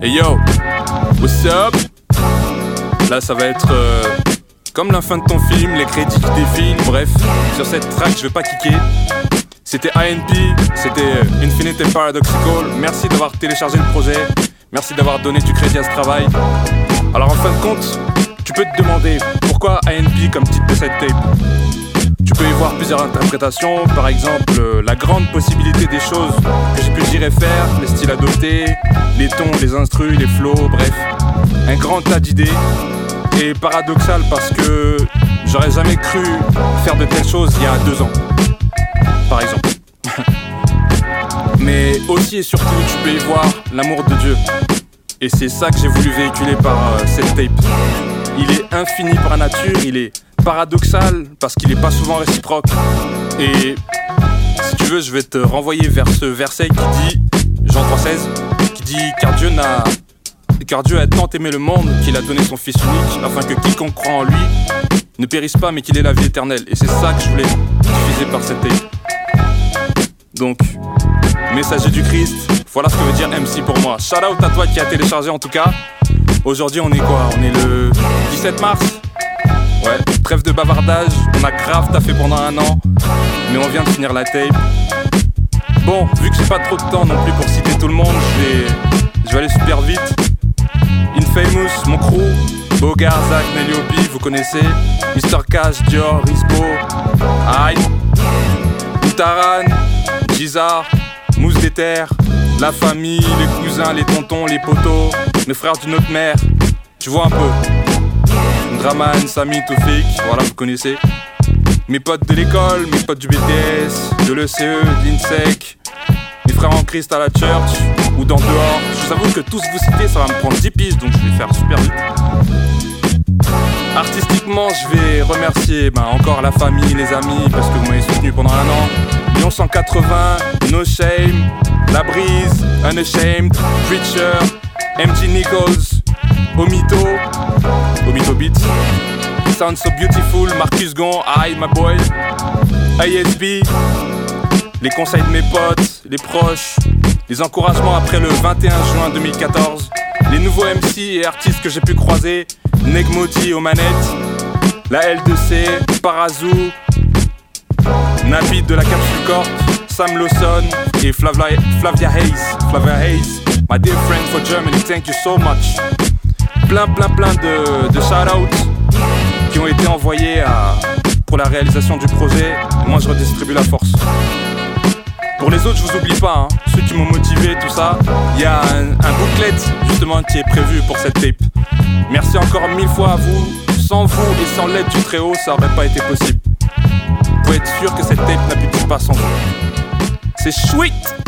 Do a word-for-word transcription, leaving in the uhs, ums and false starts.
Hey yo, what's up? Là ça va être euh, comme la fin de ton film, les crédits qui défilent. Bref, sur cette track je vais pas kicker. C'était I N P, c'était Infinite and Paradoxical. Merci d'avoir téléchargé le projet. Merci d'avoir donné du crédit à ce travail. Alors en fin de compte, tu peux te demander pourquoi I N P comme titre de cette tape. Tu peux y voir plusieurs interprétations, par exemple euh, la grande possibilité des choses que j'ai pu dire et faire, les styles adoptés, les tons, les instrus, les flows, bref, un grand tas d'idées. Et paradoxal parce que j'aurais jamais cru faire de telles choses il y a deux ans, par exemple. Mais aussi et surtout, tu peux y voir l'amour de Dieu. Et c'est ça que j'ai voulu véhiculer par euh, cette tape. Il est infini par nature, il est paradoxal parce qu'il est pas souvent réciproque. Et si tu veux, je vais te renvoyer vers ce verset qui dit, Jean trois seize, qui dit car Dieu n'a car Dieu a tant aimé le monde qu'il a donné son fils unique afin que quiconque croit en lui ne périsse pas mais qu'il ait la vie éternelle. Et c'est ça que je voulais diffuser par cette tape. Donc, messager du Christ, voilà ce que veut dire M C pour moi. Shout out à toi qui a téléchargé en tout cas. Aujourd'hui on est quoi? On est le dix-sept mars. Ouais, trêve de bavardage, on a grave taffé pendant un an, mais on vient de finir la tape. Bon, vu que j'ai pas trop de temps non plus pour citer tout le monde, je vais, je vais aller super vite. Infamous, mon crew, Bogart, Zach, Nelly, vous connaissez. Mister Cash, Dior, Rispo, Aïe, Utaran, Gizar, Mousse des Terres, la famille, les cousins, les tontons, les potos, mes frères d'une autre mère, tu vois un peu. Draman, Samy, Toufik, voilà vous connaissez. Mes potes de l'école, mes potes du B T S, de l'E C E, de l'INSEC, mes frères en Christ à la church ou dans dehors. Je vous avoue que tous vous citer ça va me prendre dix piges, donc je vais faire super vite. Artistiquement je vais remercier ben, encore la famille, les amis, parce que vous m'avez soutenu pendant un an. Lyon cent quatre-vingts, No Shame, La Brise, Unashamed, Preacher, M G Nichols, Omito, Omito Beats, Sound So Beautiful, Marcus Gon, I, my boy, I S B, les conseils de mes potes, les proches, les encouragements après le vingt et un juin deux mille quatorze, les nouveaux M C et artistes que j'ai pu croiser, Negmoti aux manettes, la L deux C, Parazou, Navid de la Capsule Corp, Sam Lawson et Flavia, Flavia Hayes, Flavia Hayes, my dear friend for Germany, thank you so much. Plein plein plein de, de shout-outs qui ont été envoyés à, pour la réalisation du projet. Et moi je redistribue la force. Pour les autres je vous oublie pas, hein, ceux qui m'ont motivé, tout ça. Il y a un, un booklet justement qui est prévu pour cette tape. Merci encore mille fois à vous. Sans vous et sans l'aide du Très-Haut, ça aurait pas été possible. Vous pouvez être sûr que cette tape n'aboutit pas sans vous. C'est chouette.